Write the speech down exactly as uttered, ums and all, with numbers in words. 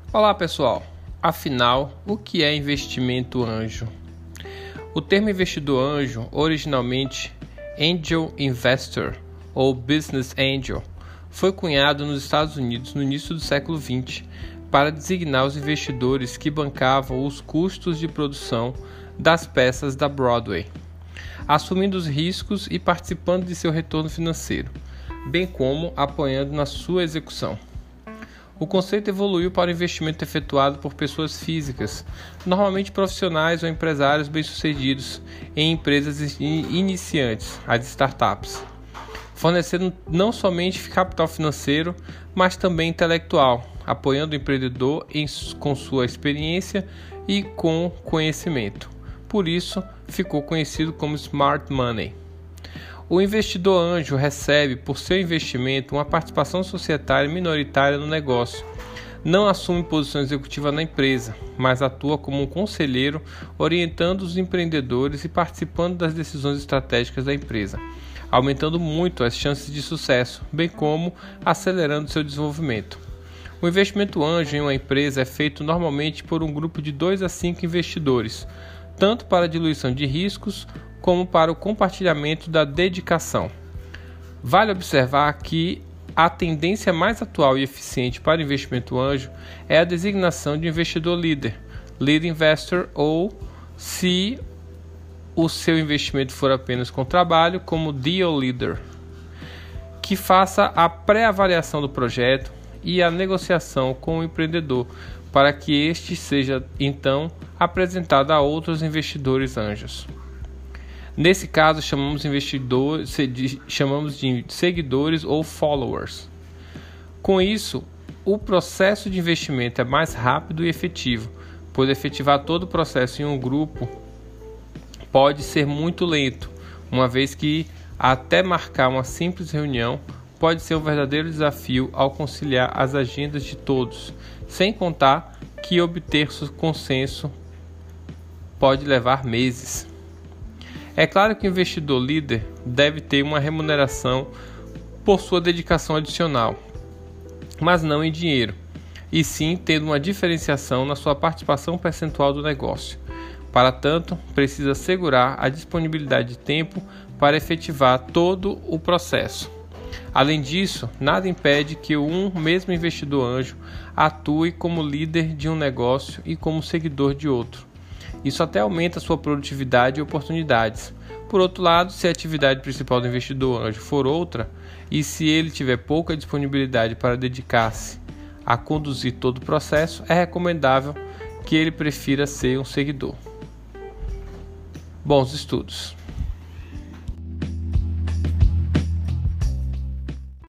Olá pessoal, afinal, o que é investimento anjo? O termo investidor anjo, originalmente Angel Investor ou Business Angel, foi cunhado nos Estados Unidos no início do século vinte para designar os investidores que bancavam os custos de produção das peças da Broadway, assumindo os riscos e participando de seu retorno financeiro, bem como apoiando na sua execução. O conceito evoluiu para o investimento efetuado por pessoas físicas, normalmente profissionais ou empresários bem-sucedidos em empresas iniciantes, as startups, fornecendo não somente capital financeiro, mas também intelectual, apoiando o empreendedor em, com sua experiência e com conhecimento. Por isso, ficou conhecido como Smart Money. O investidor anjo recebe, por seu investimento, uma participação societária minoritária no negócio. Não assume posição executiva na empresa, mas atua como um conselheiro, orientando os empreendedores e participando das decisões estratégicas da empresa, aumentando muito as chances de sucesso, bem como acelerando seu desenvolvimento. O investimento anjo em uma empresa é feito normalmente por um grupo de dois a cinco investidores, tanto para a diluição de riscos como para o compartilhamento da dedicação. Vale observar que a tendência mais atual e eficiente para o investimento anjo é a designação de investidor líder, lead investor, ou, se o seu investimento for apenas com trabalho, como deal leader, que faça a pré-avaliação do projeto e a negociação com o empreendedor, para que este seja então apresentado a outros investidores anjos. Nesse caso, chamamos, investidores, chamamos de seguidores ou followers. Com isso, o processo de investimento é mais rápido e efetivo, pois efetivar todo o processo em um grupo pode ser muito lento, uma vez que até marcar uma simples reunião pode ser um verdadeiro desafio ao conciliar as agendas de todos, sem contar que obter consenso pode levar meses. É claro que o investidor líder deve ter uma remuneração por sua dedicação adicional, mas não em dinheiro, e sim tendo uma diferenciação na sua participação percentual do negócio. Para tanto, precisa assegurar a disponibilidade de tempo para efetivar todo o processo. Além disso, nada impede que um mesmo investidor anjo atue como líder de um negócio e como seguidor de outro. Isso até aumenta sua produtividade e oportunidades. Por outro lado, se a atividade principal do investidor anjo for outra, e se ele tiver pouca disponibilidade para dedicar-se a conduzir todo o processo, é recomendável que ele prefira ser um seguidor. Bons estudos!